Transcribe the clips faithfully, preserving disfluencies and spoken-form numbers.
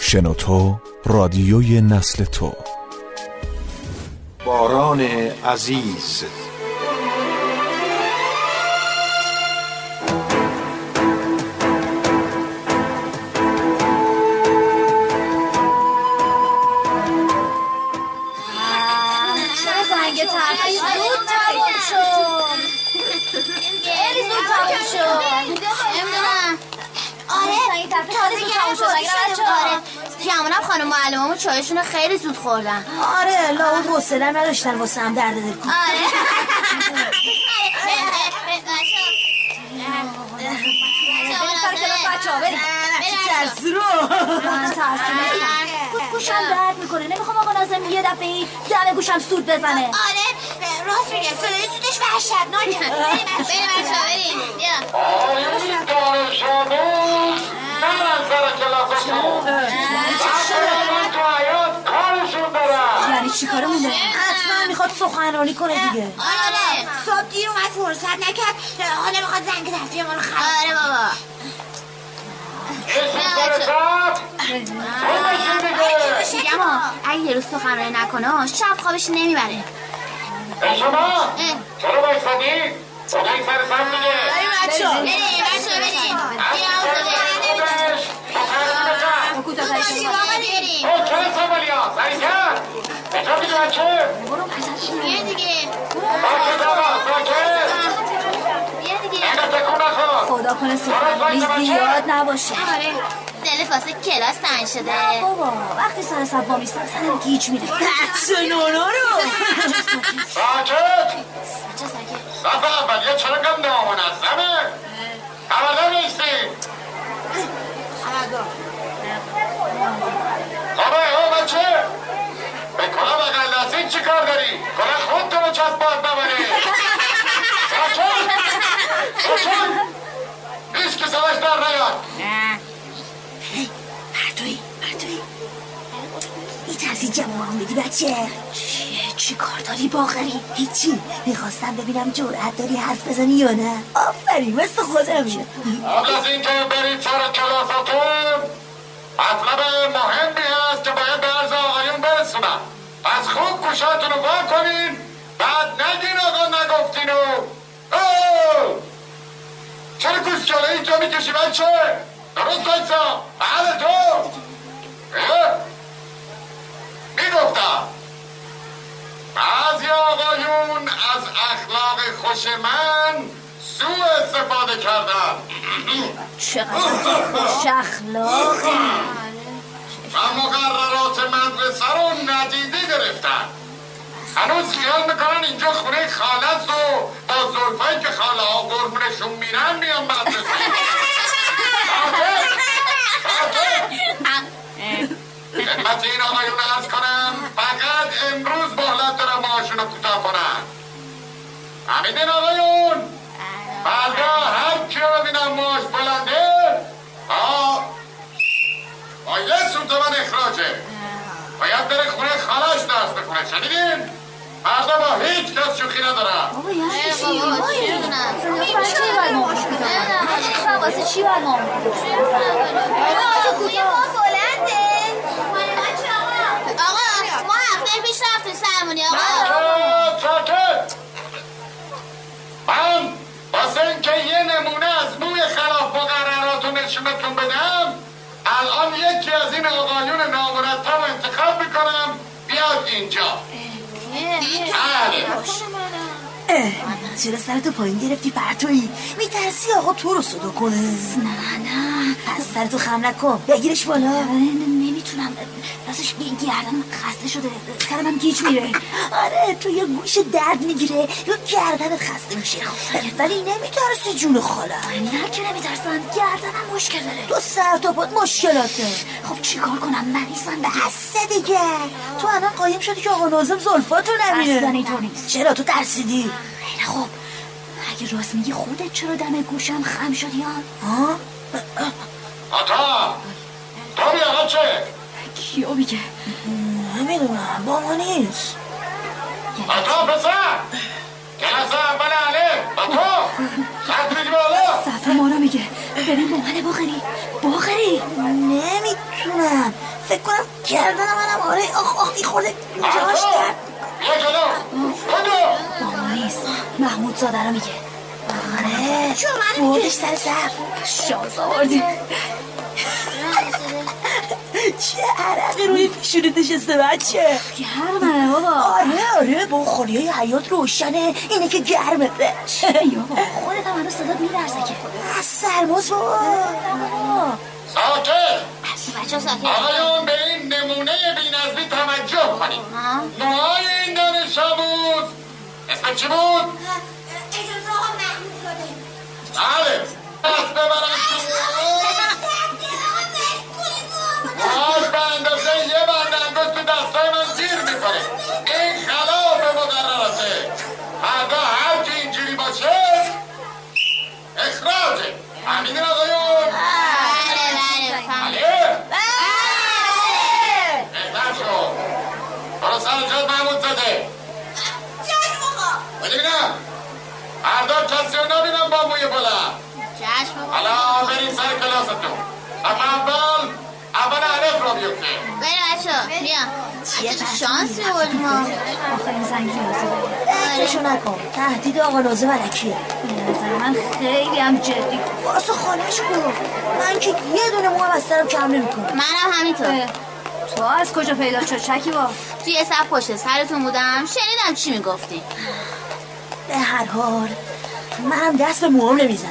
شنوتو رادیوی نسل تو. باران عزیز. همونم خانم معلمامو چایشون خیلی زود خوردن. آره لاود حوصله نداشتن واسه هم درد دل کن. آره ترس رو من ترس گوشم درد میکنه. نمیخوام آقا ناظم یه دفعه ای دم گوشم سود بزنه. آره راست میگه صدای سودش وحشتناکه. بریم بریم بریم بریم بیا. آیین دانشامون نرن سر کلاساتون. یعنی چی کارمون داره؟ حتما میخواد سخنرانی کنه دیگه. آره صبح دیر اومد فرصت نکرد، حالا میخواد زنگ دستی ما رو خراب. آره بابا میگم اگه یه روز سخنرانی نکنه شب خوابش نمیبره. شما چرا بایستادی؟ بودن سر سر میگه بریم بچه ها بریم بچه ها بریم بریم او چه سوالی ها سری کرد بجا بیدو بچه بیا دیگه باشه بابا ساکت بیا دیگه اینقدر تکون نخواد. خدا کنه سخنرانی زیاد نباشه. آره دلت واسه کلاس تنگ شده. نه بابا وقتی سر سب با میستم سرم گیج میره. بچه نونو رو ساکت بچه ساکت صف اولیه چرا کم نامنظمه خبردار نیستی خبه او بچه به کلا بغل دستی چی کار داری کلا خود تو رو چسب باید ببری ساکت ساکت هیچ که سرش در نیاد پرتوی پرتوی میترسی جمعه هم بدی بچه؟ چیه؟ چی کار داری باقری؟ هیچی میخواستم ببینم جرأت داری حرف بزنی یا نه. آفرین مثل خودم. قبل از این که برید سر کلاساتون مطلب مهمی هست که باید به عرض آقایون برسونم. پس خوب گوشاتون رو وا کنین بعد نگین آقا نگفتین و چرا گوش کله اینجا میکشی بچه؟ درست بایسا بله تو میگفتم بعضی آقایون از اخلاق خوش من سوء استفاده کردن. چقدر خوش اخلاقی و مقررات مدرسه رو ندیده گرفتن. هنوز خیال میکنن اینجا خونه خاله است و با زلفایی که خاله ها قربونشون میرن میان مدرسه. خدمت این آقایون عرض کنم فقط امروز مهلت دارم ماهاشون رو کوتاه کنن. همین آقایون فردا هر کی رو ببینم ماش بلنده آه با یه سوت من اخراجه باید بره خونه خالش درس بکنه. شنیدین؟ فردا با هیچ کس شوخی ندارم. بابا یعنی چی؟ بابا چی بدونم چی باید ماش کنم؟ واسه چی باید ماش توی ما بلنده آقا ما هفته پیش رفتیم سرمونی آقا ساکت. من واسه اینکه یه نمونه از بوی خلاف مقرراتو نشونتون بدم الان یکی از این آقایون نامرتب انتخاب میکنم بیاد اینجا. بله چرا سرتو پایین گرفتی پرتویی؟ میترسی آقا تو رو صدا کنه؟ نه نه پس سرتو خم نکن بگیرش بالا. نمیتونم راستش گردنم خسته شده سرم هم گیج میره. آره تو یه گوش درد میگیره یا گردنت خسته میشه ولی نمیترسی جون خاله. نه که نمیترسم گردنم مشکل داره. تو سر تا پات مشکلاته. خب چیکار کنم مریضم بس دیگه. تو الان قایم شدی که آقا ناظم زلفاتو نمیره. اصلا اینطور نیست. چرا تو ترسیدی؟ خیلی خوب اگه راست میگی خودت چرا دم گوشم خم شدی ها؟ آتا تو بیا بچه. کیو میگه؟ نمیدونم با ما نیست. آتا پسر کلاس اول علی آتا خط میگی بالا صفحه ما رو میگه. ببین با منه باقری باقری. نمیتونم فکر کنم گردن منم آره آخ آخ میخورده جاش درد. بیا جلو بدو. ماما نیست، محمود زاده رو میگه. آره بردش سر صف. شانس آوردی. چه عرقی روی پیشونت نشسته بچه. گرمه بابا. آره آره با خوری های حیات روشنه، اینه که گرمه. یا بابا خودت هم هنوز صدات میلرزه که. از سرماز بابا. ساکت. بچه ها ساکت. آقایون به این نمونه بی‌نظمی توجه کنید. نوعای این دانش آموز اسم چی بود؟ اجازه آقا محمود زاده. بله دست ببرم آج به اندازه یه بند انگشت تو دستای من گیر میکنه. این خلاف مقرراته. فردا هر کی اینجوری باشه اخراجه. همینه آقایون؟ بله بله بله؟ بهتر شد. برو سر جاد محمود زاده. جاشم آقا. ببینم فردا کسی رو نبینم با موی بلند. چشم. حالا بریم سر کلاستون. صف اول اول عرف رو بیفته. بریم بچه ها بیا. چیه چه شانسی بردیم ها. آخرین زنگی لازم داره. فکرشو نکن، تهدید آقا نازم علکیه. به نظر من خیلی هم جدی. واسه خالش گفت من که یه دونه موهم از سرم کم نمی کنم. منم همینطور. تو از کجا پیدا شد شکی با؟ توی یه صف پشت سرتون بودم شنیدم چی میگفتی. به هر حال منم دست به موهم نمیزنم.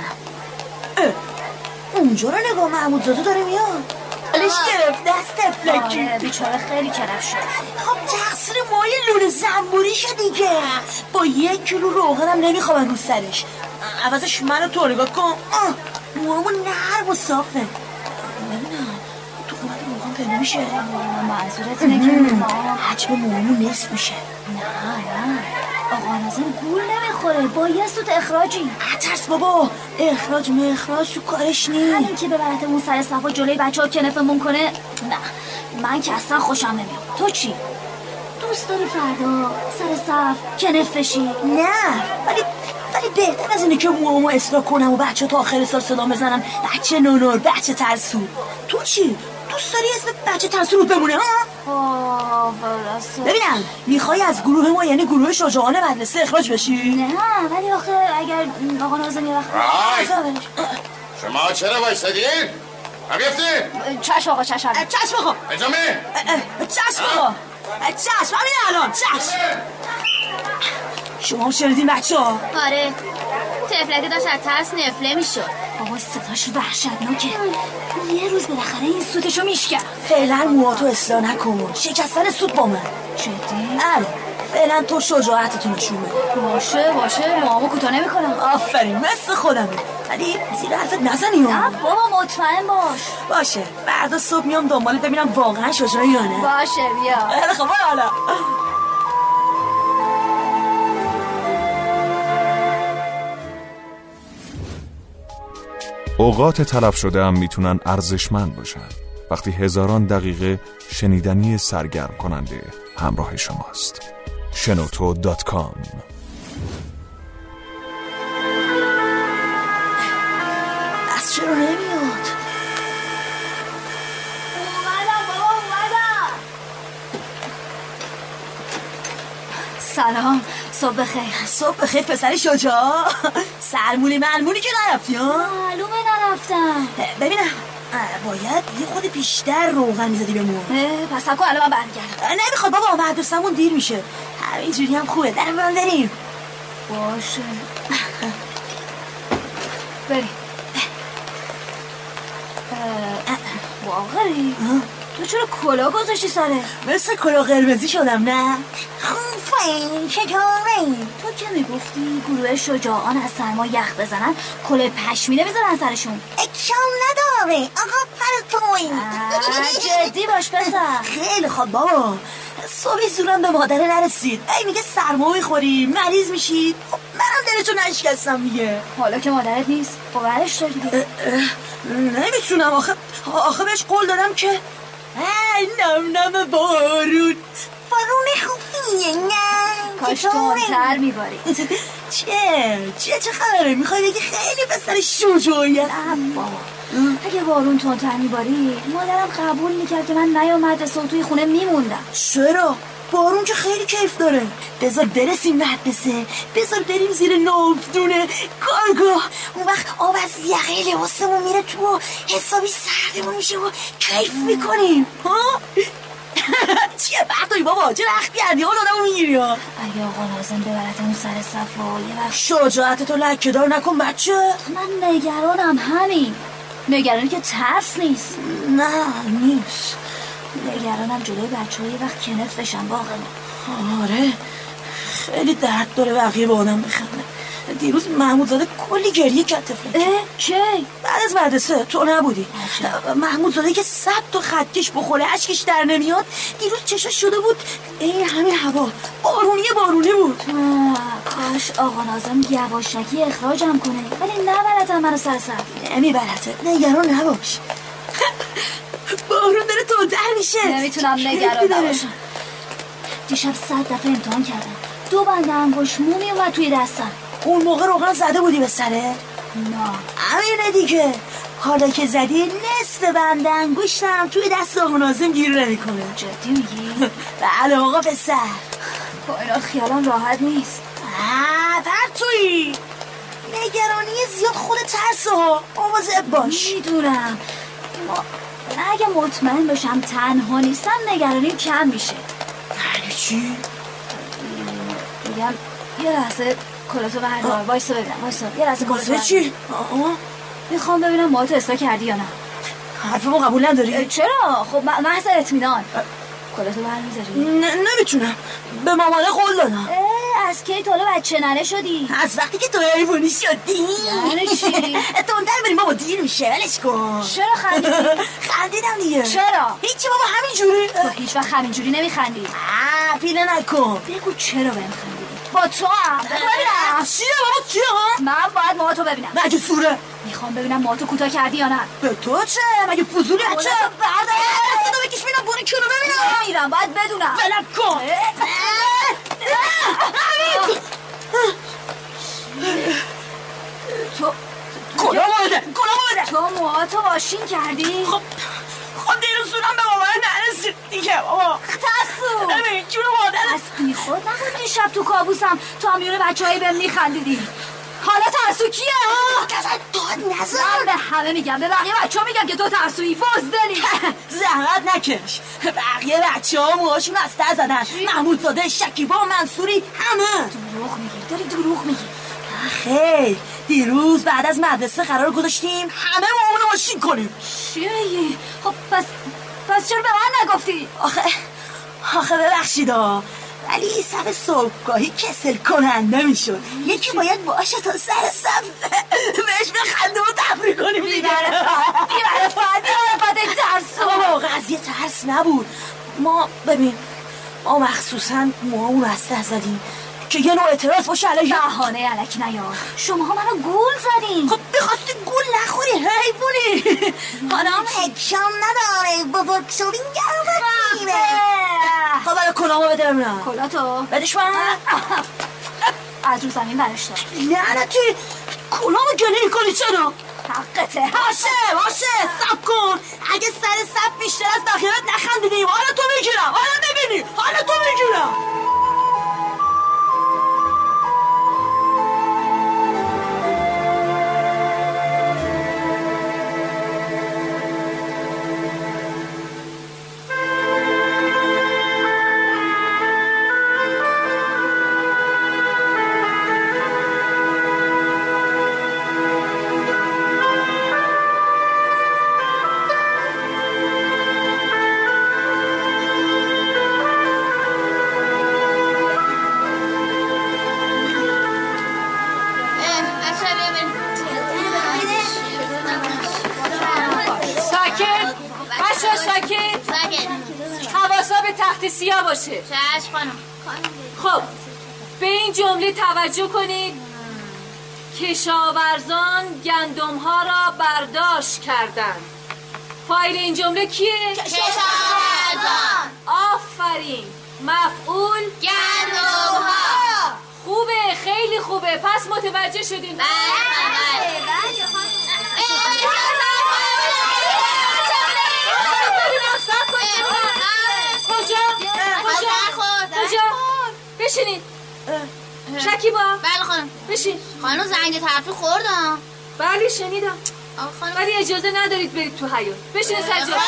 اونجا رو نگاه محمود زاده داره میاد. حالش گرفت دست تفلکی. آره بیچاره خیلی کرف شد. خب تقصیر مای لونه زنبوری شد دیگه. با یک کیلو روغنم نمیخوام رو سرش. عوضش منو تو نگاه کن. موهامو نرم و صافه. ببینم تو خونت روغن پیدا میشه. منظورت اینه که حجم موهامو نصف میشه. نه نه آقا ناظم گول نمیخوره، با یه سوت اخراجی. ترس بابا، اخراج مخراج تو کارش نی. همین که ببرتمون سر صفا جلوی بچه ها کنفمون کنه. نه من که اصلا خوشم نمیاد. تو چی؟ دوست داری فردا سر صف کنف بشی؟ نه ولی ولی بهتر از اینه که موامو اصلاح کنم و بچه تا آخر سال صدا بزنم بچه نونور، بچه ترسو. تو چی؟ دوست داری اسم بچه ترسو رو بمونه ها؟ آه راست. ببینم میخوای از گروه ما یعنی گروه شجاعان مدرسه اخراج بشی؟ نه ولی آخه اگر آقا ناظم یه وقت رای شما چرا وایسادین؟ هم بیفتین؟ چشم آقا چشم چشم آقا اجامه چشم آقا چشم همین الان چشم. شما هم شنیدین بچه ها؟ آره تفلکی داشت از ترس نفله میشد. بابا صداش وحشتناکه. یه روز بالاخره این سوتشو میشکن. فعلا موهاتو اصلاح نکن، شکستن سوت با من. جدی؟ آره فعلا تو شجاعتتو نشون بده. باشه باشه موامو کوتاه نمیکنم. آفرین مثل خودمه، ولی زیر حرفت نزنی ها. نه بابا مطمئن باش. باشه فردا صبح میام دنبالت ببینم واقعا شجاعی یا نه. باشه بیا. خب حالا اوقات تلف شده هم میتونن ارزشمند باشن وقتی هزاران دقیقه شنیدنی سرگرم کننده همراه شماست. شنوتو دات کام. از چرا نمیاد؟ اومدم بابا اومدم. سلام صبح بخیر. صبح بخیر پسر شجاع. سرمولی ملمولی که نرفتی ها؟ معلومه نرفتم. ببینم باید یه خود بیشتر روغن میزدی به مو. پس تکو الان من برمیگردم. نمیخواد بابا مدرسمون دیر میشه. همینجوری هم خوبه درم برم بریم. باشه بریم. باقری تو چرا کلا گذاشتی سره؟ مثل کلا قرمزی شدم نه؟ خوفین چطوری؟ تو که میگفتی گروه شجاعان از سرما یخ بزنن کلا پشمینه بزنن سرشون. اکشان نداره آقا پرتوی. جدی باش پسر. خیلی خوب بابا. صبحی زورم به مادره نرسید. ای میگه سرما میخوری مریض میشی. خب منم دلتو نشکستم دیگه. حالا که مادرت نیست خب برش داری دیگه. نمیتونم آخه آخه بهش قول دادم که نم نم بارون بارون خوبیه نه کاش تو منتر میباری. چه چه چه خبره؟ میخوای بگی خیلی پسر شجاعی؟ نه بابا اگه بارون تندتر میباری مادرم قبول میکرد که من نیام مدرسه و توی خونه میموندم. چرا؟ بارون که خیلی کیف داره. بذار برسیم مدرسه، بذار بریم زیر ناودونه کارگاه، اون وقت آب از یقه لباسمون میره تو، حسابی سردمون میشه و کیف میکنیم. ها؟ چیه برداری بابا؟ چه رخت کردی؟ حال آدمو میگیری ها؟ اگه آقا ناظم ببرتمون سر صف و یه وقت شجاعتتو لکه دار نکن بچه. من نگرانم همین. نگرانی که ترس نیست. نه نیست. نگرانم جلوی بچه ها یه وقت کنف بشن واقعا. آره خیلی درد داره بقیه با آدم بخنده. دیروز محمود زاده کلی گریه کرد طفل. اه کی؟ بعد از مدرسه تو نبودی. محمود زاده که صد تا خطکش بخوره اشکش در نمیاد، دیروز چشاش شده بود این همین هوا بارونی بارونی بود. کاش آقا ناظم یواشکی اخراجم کنه، ولی نبرتم منو سر صف. نمیبرته، نگران نباش. بارون داره تندتر میشه. نمیتونم نگران نباشم. دیشب صد دفعه امتحان کردم، دو بند انگشت مو میومد توی دستم. اون موقع روغن زده بودی به سره؟ نه همینه دیگه، حالا که زدی نصف بند انگشتم توی دست آقا ناظم گیر نمیکنه. جدی میگی؟ بله آقا پسر. با اینا خیالم راحت نیست. آه پرتویی نگرانی زیاد خود ترسه ها، مواظب باش. میدونم ما اگه مطمئن باشم تنها نیستم نگرانیم کم میشه. یعنی چی؟ میگم یه لحظه کلاتو بردار. وایسا ببینم. وایسا یه لحظه کلاتو بردار. چی؟ آه. میخوام ببینم باهات اصلاح کردی یا نه. حرفمو قبول نداری؟ چرا؟ خب محض اطمینان. کلاتو برمی‌داری؟ نه نمیتونم، به مامانه قول دادم. از کی تا حالا بچه ننه شدی؟ از وقتی که تو حیوانی شدی. یعنی چی؟ تندر بریم بابا دیر میشه، ولش کن. چرا خندیدی؟ خندیدم دیگه. چرا؟ هیچی بابا همینجوری. تو هیچ وقت همینجوری نمیخندی. آه پیله نکن. بگو چرا بهم خندیدی؟ با تو هم ببینم. چیه بابا چیه ها؟ من باید موهاتو ببینم. مگه سوره؟ میخوام ببینم موهاتو کوتاه کردی یا نه. به تو چه؟ مگه فضولی بچه؟ بردار صدا بکش ببینم بونی کنو ببینم. نمیرم باید بدونم. بلم کن. تو کلا بوده کلا بوده. تو موهاتو واشین کردی؟ خب خب دیروز سونم به مامان نرسید دیگه بابا. ترسو ببین جون مادر. از بی خود نبود دیشب تو کابوسم تو هم میونه بچه هایی بهم میخندیدی. حالا ترسو کیه ها؟ کسا داد نزار. من به همه میگم، به بقیه بچه ها میگم که تو ترسویی. فزدلی زحمت نکش، بقیه بچه ها موهاشون از تر زدن. محمود زاده، شکیبا، منصوری، همه. دروغ میگی، داری دروغ میگی. خیلی دیروز بعد از مدرسه قرار گذاشتیم همه موهامونو ماشین کنیم. چی میگی؟ خب پس پس چرا به من نگفتی؟ آخه آخه ببخشیدا، ولی صف صبحگاهی کسل کننده میشد. یکی باید باشه تا سر صف بهش بخنده و تفریح کنیم دیگه. بیمعرفت بیمعرفت ای ترسو. بابا قضیه ترس نبود. ما ببین ما مخصوصا موهامون رو از دست زدیم که یه نوع اعتراض باشه علیه. بهانه الکی نیار. شماها منو گول زدین. خب بخواستی گول نخوری حیوانی. حالا هم حکشم نداره، بزرگ شدین گرم بگیره. خب برای کلامو بده ببینم. کلاتو بدش من. از رو زمین برش دار. لعنتی کلامو گله میکنی چرا؟ حقته. باشه باشه سب کن. اگه سر صف بیشتر از بقیه‌ات نخندیدیم حالا تو میگیرم. حالا ببینی حالا تو میگیرم. تخت سیاه باشه. چشم خانم. خب به این جمله توجه کنید. کشاورزان گندم ها را برداشت کردند. فاعل این جمله کیه؟ کشاورزان. آفرین. مفعول گندم ها. خوبه، خیلی خوبه. پس متوجه شدین؟ بله بله. بشینید. شکیبا. بله خانم. بشین. خانم زنگ ترفیع خوردم. بله شنیدم. ولی اجازه ندارید برید تو حیاط. بشینید سر جاتون.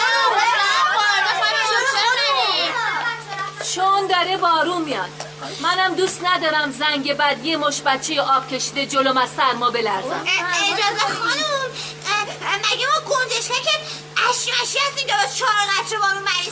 چون داره بارون میاد. منم دوست ندارم زنگ بعد یه مش بچه آب کشیده جلوم از سرما بلرزم. اجازه خانم، مگه ما گندشکه که اشی مشی هستیم که باز چهار قطره بارون مریض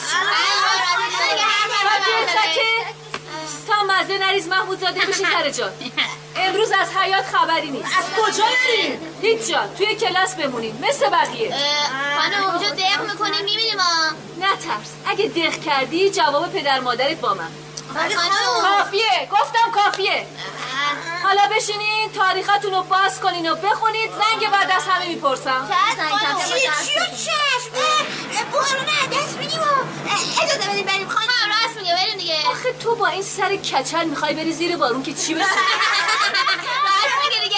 شد. تا مزه نریز محمود زاده بشی سر جات. امروز از حیاط خبری نیست. از کجا بریم؟ هیچ جا. توی کلاس بمونیم مثل بقیه. خانم اونجا دق میکنیم میبینیم ها. نترس. اگه دق کردی جواب پدر مادرت با من. کافیه. گفتم کافیه. حالا بشینین تاریختون رو باز کنین و بخونید. زنگ بعد از همه میپرسم. چی چی و چشم بارون عدس میدیم و اجازه بدیم بریم خانم. راست میگه بریم دیگه. آخه تو با این سر کچل میخوای بری زیر بارون که چی بشه؟ راست میگه دیگه.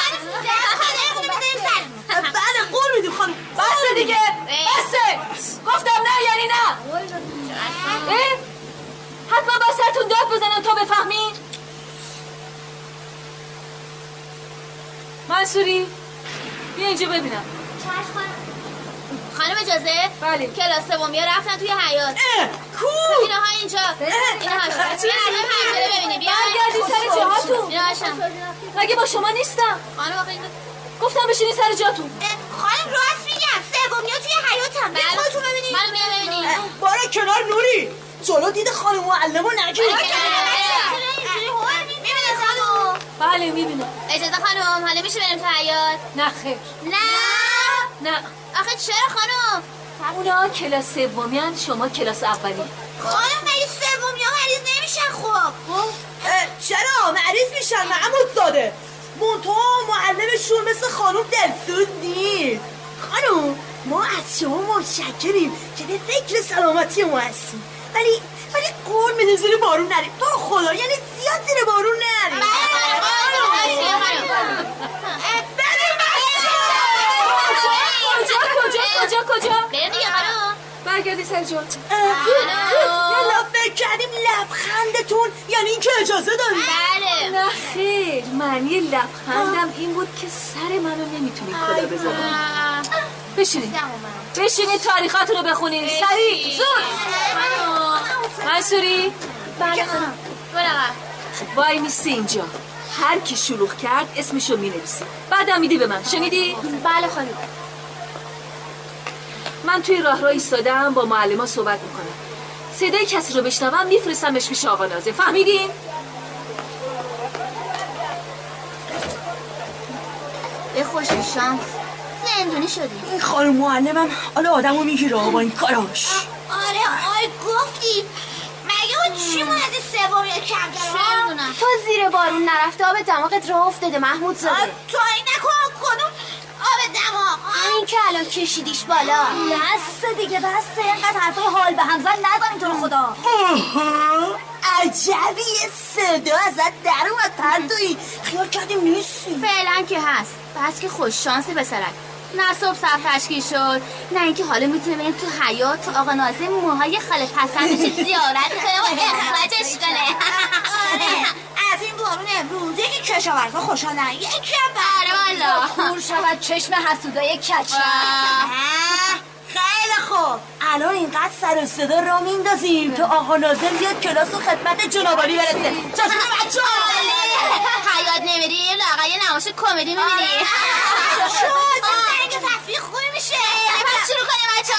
بله قول میدیم خانم. بسه دیگه. بسه. گفتم نه یعنی نه. حتما با سرتون داد بزنم تا بفهمین. منصوری بیا اینجا ببینم. خانم اجازه؟ بله. کلاس سومیا رفتن توی حیاط. کو؟ اینها اینجا. اینها اینجا ببینید. بیا برگردید سر جاهاتون. مگه با شما نیستم؟ خانم آخه این گفتم بشینید سر جاتون. خانم راست میگم. سومیا توی حیاطن. برید خودتون ببینید. من میام ببینید. بارا کنار نوری. جلو دید خانم معلمو نگیرید. میبینید خانم؟ بله میبینم. اجازه خانم حالا میشه بریم تو حیاط؟ نه خیر. نه نه. آخه چرا خانم؟ اونا کلاس سومیان شما کلاس اولی. خانم مگه سومیا مریض نمیشن خب؟ چرا مریض میشن محمود زاده؟ منتها معلمشون مثل خانم دلسوز نیست. خانم ما از شما متشکریم که به فکر سلامتی ما هستیم، ولی ولی قول میدیم زیر بارون نریم. تو رو خدا یعنی زیاد زیر بارون نریم. کجا کجا کجا کجا بریم دیگه خانم. برگردی سر جات. یلا فکر کردیم لبخندتون یعنی این که اجازه داریم. بله. نه خیر، معنی لبخندم این بود که سر منو نمیتونی کلا بزنی. بشینید بشینید تاریخاتون رو بخونید. سریع زود. منصوری بله خانم. وای میسی اینجا. هر کی شلوغ کرد اسمشو مینویسی، بعدم میدی به من. شنیدی؟ بله خانم. من توی راه راه ایستادم با معلما صحبت میکنم. صدای کسی رو بشنوم میفرستمش پیش آقا ناظم. فهمیدین؟ به خوش شانس زندونی شدیم. این خانم معلمم حالا آدمو میگیره با این کاراش. آره آی گفتی مگه اون چی مون از این سومی کم دارم؟ تو زیر بارون نرفته آب دماغت راه افتاده محمود زاده. تو این نکن کدوم آب دماغ؟ همین که الان کشیدیش بالا. بسه دیگه بسه. اینقدر حرفای حال به هم زن نزنیم تو رو خدا. عجبی یه صدا ازت در اومد پرتویی. خیال کردیم نیستی. فعلا که هست. بس که خوش شانسی بسرک. نه صبح صف تشکیل شد، نه اینکه حالا میتونه بریم تو حیاط تو آقا ناظم موهای خاله پسندش زیارت کنه و اخراجش کنه. از این بارون امروز یکی کشاورزا خوشحالن، یکی هم بره والا کور شود چشم حسودای کچل. خیلی خوب، الان اینقدر سر و صدا را میندازیم تو آقا ناظم بیاد کلاس و خدمت جنابالی برسه. چشم بچه حیاط نمیری لاغر یه نمایش کمدی میبینی. شد زنگ تفریح خوبی میشه. پس شروع کنیم بچه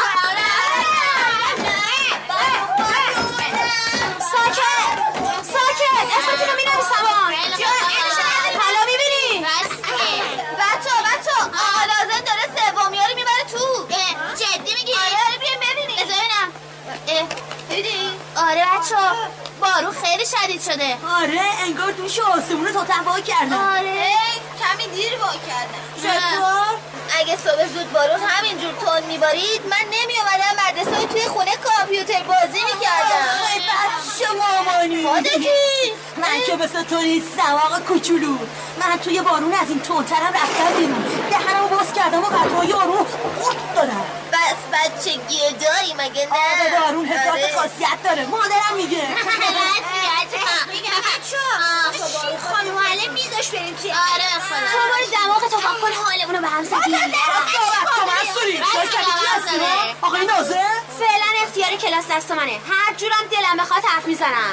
ساکت ساکت. اسمتون رو می‌نویسم. حالا میبینی بچه بچه آقا لازم داره سومی ها رو میبره تو. جدی میگی؟ آره بیایم ببینیم. بذار ببینم. دیدی؟ آره بچه بارون خیلی شدید شده. آره انگار دوش آسمون رو تا وا کردن. آره کمی دیر وا کردن. چطور؟ اگه صبح زود بارون همینجور تون میبارید من نمی اومدم مدرسه توی خونه کامپیوتر بازی میکردم. آخه بچه مامانی خودتی؟ من که مثل تو نیستم آقا کوچولو. من توی بارون از این تونترم رفتم بیرون، دهنمو باز کردم و قطعای آروم خورد دادم. بس بچه گیدایی مگه نه؟ آب بارون حساب خاصیت داره مادرم میگه. بس میگم بچه‌ها خانم معلم میذاش بریم توی. آره خدا تو باری دماغ تو پاک کن، حالمون رو به هم زدی. تو مسئولی آقای نازه فعلا اختیار کلاس دست منه، هر جورم دلم بخواد حرف میزنم.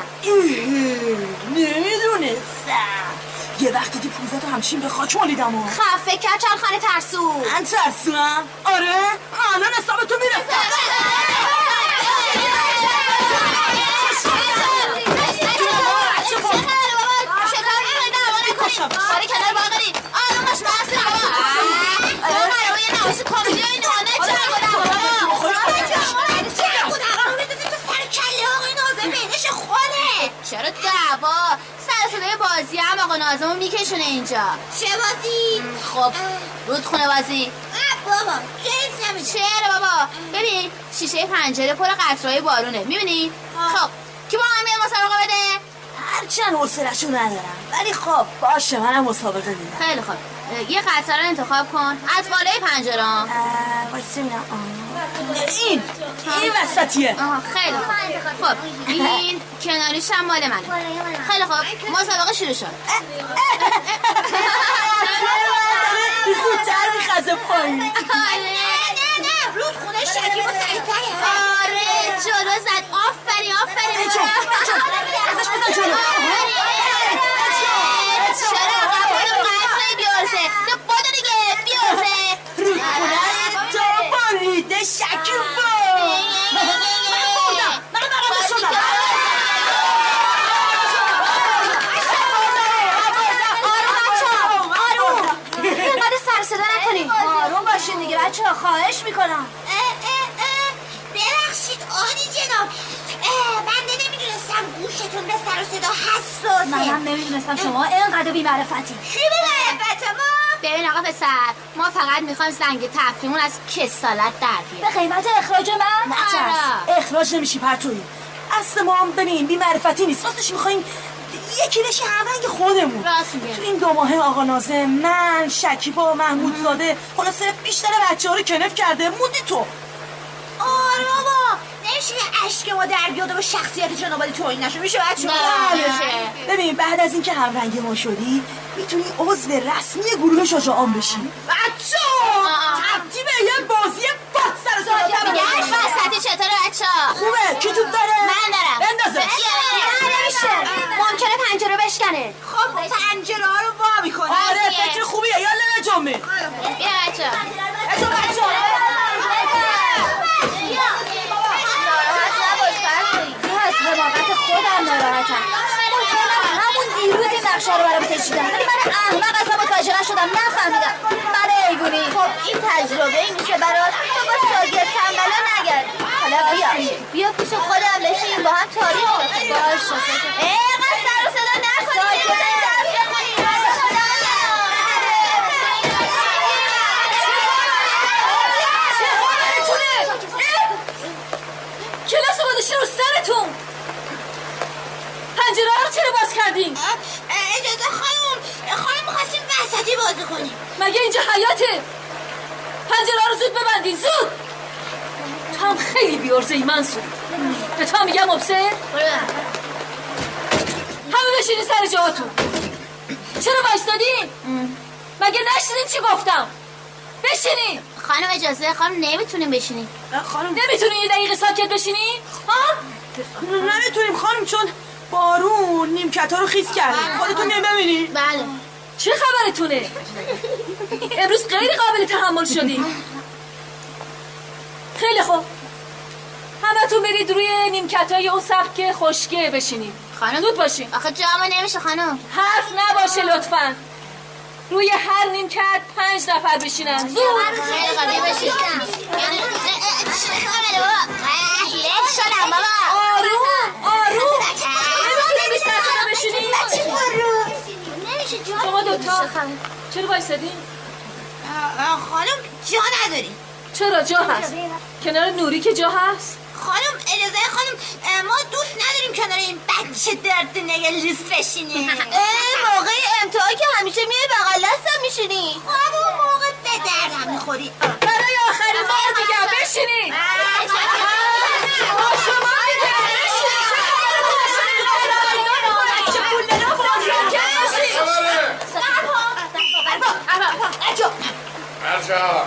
نمیدونستم یه وقتی دی پوزتو همچین به خاک مالیدم و خفه کچل خانه ترسو. من ترسوم؟ آره الان حساب تو میرسم. آره کنار باقری آروم باش محصول بابا تو قراره یه نوش کاملی و این نوانه چه بودم چرا دعوا سر صدای بازی هم آقا ناظمو میکشونه اینجا. چه بازی؟ خب رودخونه بازی. بابا کیف نمیده. چرا بابا ببین شیشه پنجره پر قطره‌های بارونه میبینی؟ خب کی با هم میاد مسابقه بده؟ هرچند حوصله‌شو ندارم ولی خب باشه منم مسابقه میدم. خیلی خوب یه قطره رو انتخاب کن از بالای پنجره. واسه میدم این این وسطیه. آها خیلی خوب. خب این کناریش هم مال منه. خیلی خوب مسابقه شروع شد. زودتر میخزه پایین. آره نه نه رودخونه شکیب و سریع‌تره. آره جلو زد. آفرین آفرین ازش بزن جلو. چرا قبول قطره بیارزه تو بادو دیگه بیارزه رودخونه تو باریده شکیب با من بودم من برنده شدم. اینقدر سر صدا نکنی، آروم باشین دیگه بچه ها، خواهش میکنم. ببخشید عالی جناب، بنده نمیدونستم گوشتون به سر و صدا حساسه. منم نمیدونستم شما اینقدر بی‌معرفتی. کی بی‌معرفته ما؟ ببین آقا پسر ما فقط میخوایم زنگ تفریمون از کسالت در بیاد. به قیمت اخراج من؟ نترس اخراج نمیشی پرتویی. اصل ما هم ببین بی‌معرفتی نیست، راستش میخوایم یکی بشی همرنگ خودمون. راست میگه. تو این دو ماه آقا ناظم من شکیبا و محمود زاده خلاصه بیشتر بچه ها رو کنف کرده موندی تو. آره بابا نمیشه اشک ما در بیاد و شخصیت جنابالی توهین نشه. میشه بچه ها؟ ببین بعد از اینکه همرنگ ما شدی میتونی عضو رسمی گروه شجاعان بشی. بچه ترتیب یه بازی باد سر زاده میگه وسطی چطوره بچه ها؟ خوبه کی توپ داره؟ من دارم. بندازه. نمیشه، ممکنه پنجره بشکنه. خب پنجره ها رو وا میکنه. آره فکر خوبیه یالا نجوم می. بیا بچه ها بچه بچه از حماقت خودم ناراحتم. مطمئنم همون دیروز این نقشه رو برام کشیدن ولی من احمق اصلا متوجه نشدم، نفهمیدم. من ایوونی. خب این تجربه ای میشه برات تو با شاگرد تنبلا نگرد. حالا بیا بیا پیش خودم بشین با هم تاریخ بخونیم. باشه اینقدر سر و صدا نکنید. کلاس رو بادشین رو سرتون. پنجره ها رو چرا باز کردین؟ اجازه خانم خانم می‌خواستیم وسطی بازی کنیم. مگه اینجا حیاته؟ پنجره ها رو زود ببندین زود. تو هم خیلی بیارزه‌ای منصور. به تو هم میگم مبصر. همه بشینین سر جاهاتون. چرا وایسادین؟ مگه نشنیدین چی گفتم؟ بشینین. خانم اجازه خانم نمیتونیم بشینیم. خانم نمیتونین یه دقیقه ساکت بشینین؟ ها؟ نمیتونیم خانم چون بارون نیمکت ها رو خیس کرده. خودتون نمیبینی؟ بله. چه خبرتونه؟ امروز غیر قابل تحمل شدی. خیلی خوب همتون برید روی نیمکت های اون سبک خشکه بشینید. خانم زود باشین. آخه جامو نمیشه خانم. حرف نباشه لطفاً. روی هر نیمکت پنج نفر بشینن. زود. خیلی قابل بشینم. لیک شدم بابا. آروم آروم. نمیتونی بیست نفر بشینی؟ نمیشه جا. شما دوتا چرا بایستدین؟ خانم جا نداریم. چرا جا هست؟ کنار نوری که جا هست؟ خانم اجازه خانم ما دوست نداریم کنار این بچه درد نگلیس بشینیم. موقع امتحان که همیشه میای بغل دستم میشینی. خب اون موقع به دردم میخوری. برای آخرین بار میگم بشینی. با شما میگم بشینی. آجا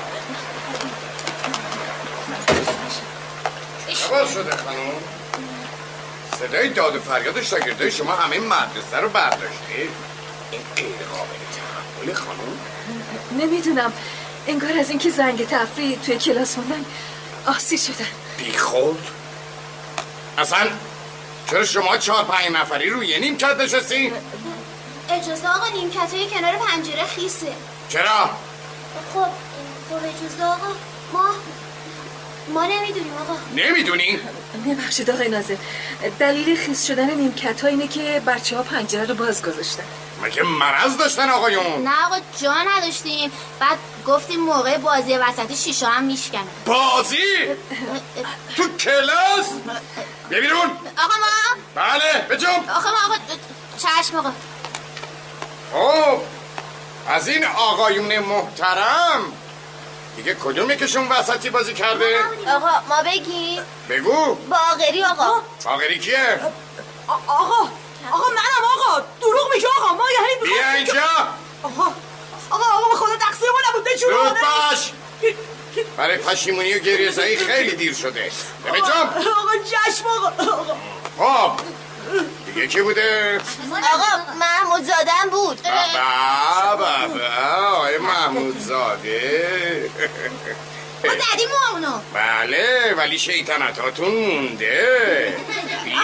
خبر شده خانم؟ صدای داد و فریاد شاگردای شما همه مدرسه رو برداشته؟ این غیر قابل تحمل خانم؟ نمیدونم، انگار از اینکه زنگ تفریح توی کلاس موندن آسی شدن. بی خود؟ اصلا چرا شما چهار پنج نفری روی نیمکت نشستی؟ اجازه آقا نیمکت های کنار پنجره خیسه. چرا؟ خب خب اجازه آقا ما ما نمیدونیم آقا. نمیدونی؟ ببخشید آقای ناظر، دلیل خیس شدن نیمکت ها اینه که بچه ها پنجره رو باز گذاشتن. مگه مرض داشتن آقایون؟ نه آقا جا نداشتیم، بعد گفتیم موقع بازی وسط شیشه هم میشکنه. بازی؟ تو کلاس؟ بیا بیرون. آقا ما؟ بله بجنب. آقا ما آقا چشم آقا. خب از این آقایون محترم دیگه کدوم یکشون وسطی بازی کرده؟ آقا ما بگیم؟ بگو. باقری آقا. باقری کیه؟ آقا آقا منم آقا، دروغ میگه آقا، ما یعنی بیا اینجا. آقا آقا آقا به خدا تقصیر ما نبود، بجون. زود باش، برای پشیمونی و گریه‌زایی خیلی دیر شده. بجنب. آقا چشم آقا. خب دیگه کی بوده؟ آقا محمود زادن بود. بابا بابا آقای محمود زاده. ما زدیم اونو. بله ولی شیطنتاتون مونده. بیا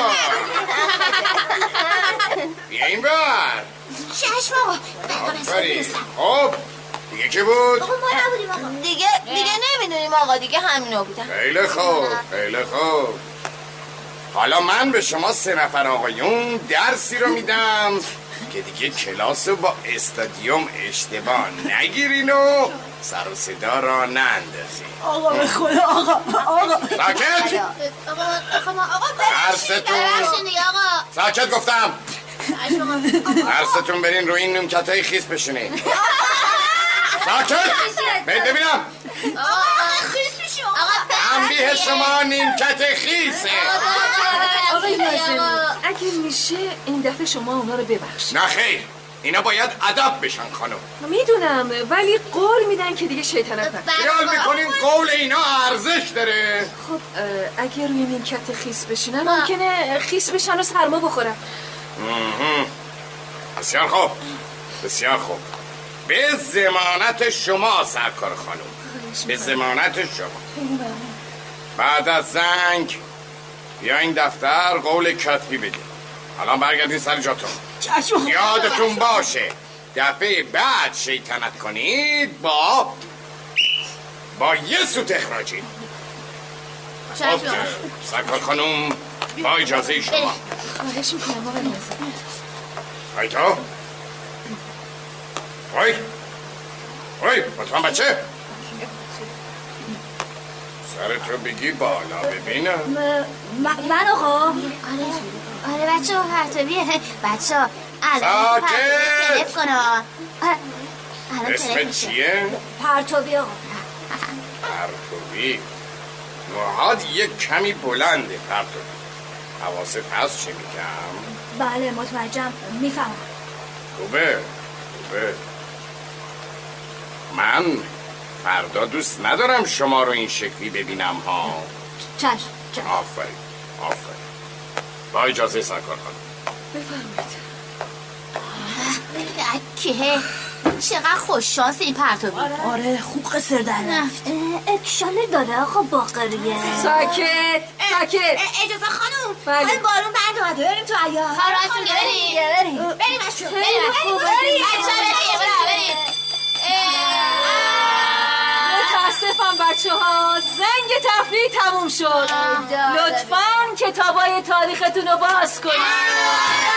بیا این بر. چشم آقا. خب دیگه کی بود؟ آقا ما نبودیم آقا. دیگه دیگه نمیدونیم آقا، دیگه همینا بودن. خیلی خوب خیلی خوب. حالا من به شما سه نفر آقایون درسی رو میدم که دیگه کلاس رو با استادیوم اشتباه نگیرین و سر و صدا را نندازین. آقا به خدا آقا آقا ساکت. آقا آقا ما آقا درستون آقا. ساکت گفتم. درستون برین روی این نیمکتای خیس بشینین. ساکت. برید ببینم. آقا خیس میشیم آقا. تنبیه شما نیمکت خیسه. آقای ناظر اگه میشه این دفعه شما اونا رو ببخشید. نه خیر، اینا باید ادب بشن خانم. میدونم ولی قول میدن که دیگه شیطنت نکنن. خیال میکنین قول اینا ارزش داره؟ خب اگه روی نیمکت خیس بشینن ممکنه خیس بشن و سرما بخورن. بسیار خوب بسیار خوب. به ضمانت شما سرکار خانم، به ضمانت شما. بعد از زنگ یا این دفتر قول کتبی بدید. حالا برگردین سر جاتون. یادتون باشه دفعه بعد شیطنت کنید با با یه سوت اخراجی. خب سرکار خانم با اجازه شما. خواهش میکنم آقای ناظر. های تو های های بطمئن بچه سرتو بگی بالا ببینم. من آقا. آره بچه ها پرتابیه. بچه ها ساکت. تلف کنه. اسمت چیه؟ پرتابی آقا. پرتابی موهاد یک کمی بلنده. پرتابی حواست هست چی میگم؟ بله متوجهم میفهمم. خوبه خوبه. من فردا دوست ندارم شما رو این شکلی ببینم ها. چشم چشم. آفرین آفرین. با اجازه سرکار خانم. بفرمایید. که چقدر خوش شانس این پرتابی. آره خوب قصر در رفت. اکشاله داره آقا باقریه. ساکت ساکت. اجازه خانم. بله. خانم بارون بند اومده، بریم تو عیار. خانم راستون بریم. بریم. بریم اشو. بریم. بریم. بریم. بریم. متاسفم بچه ها زنگ تفریح تموم شد. لطفاً کتابای تاریختون رو باز کنید.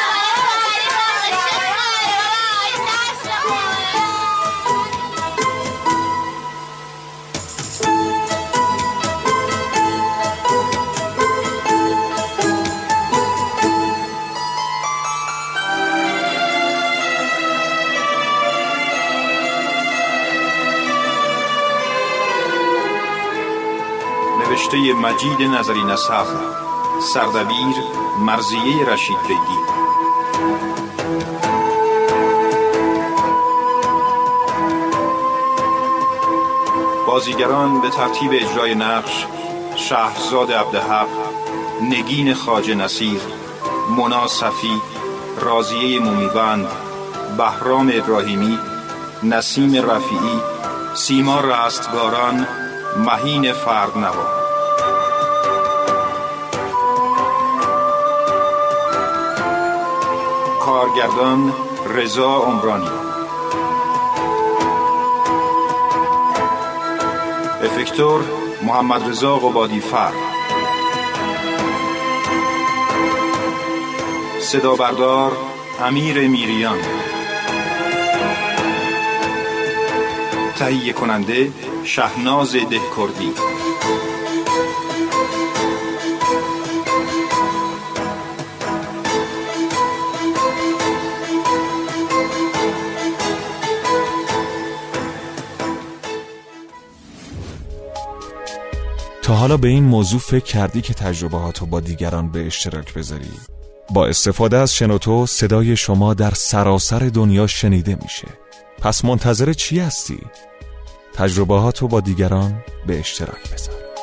نوشته مجید نظری نسب، سردبیر مرضیه رشید بیگی. بازیگران به ترتیب اجرای نقش: شهرزاد عبدحق، نگین خواجه نصیر، مونا صفی، راضیه مومیوند، بهرام ابراهیمی، نسیم رفیعی، سیما رستگاران، مهین فردنوا. کارگردان رضا عمرانی. افکتور محمد رضا قبادی فر. صدا بردار امیر میریان. تهیه کننده شهناز دهکردی. تا حالا به این موضوع فکر کردی که تجربهاتو با دیگران به اشتراک بذاری؟ با استفاده از شنوتو صدای شما در سراسر دنیا شنیده میشه. پس منتظر چی هستی؟ تجربهاتو با دیگران به اشتراک بذار.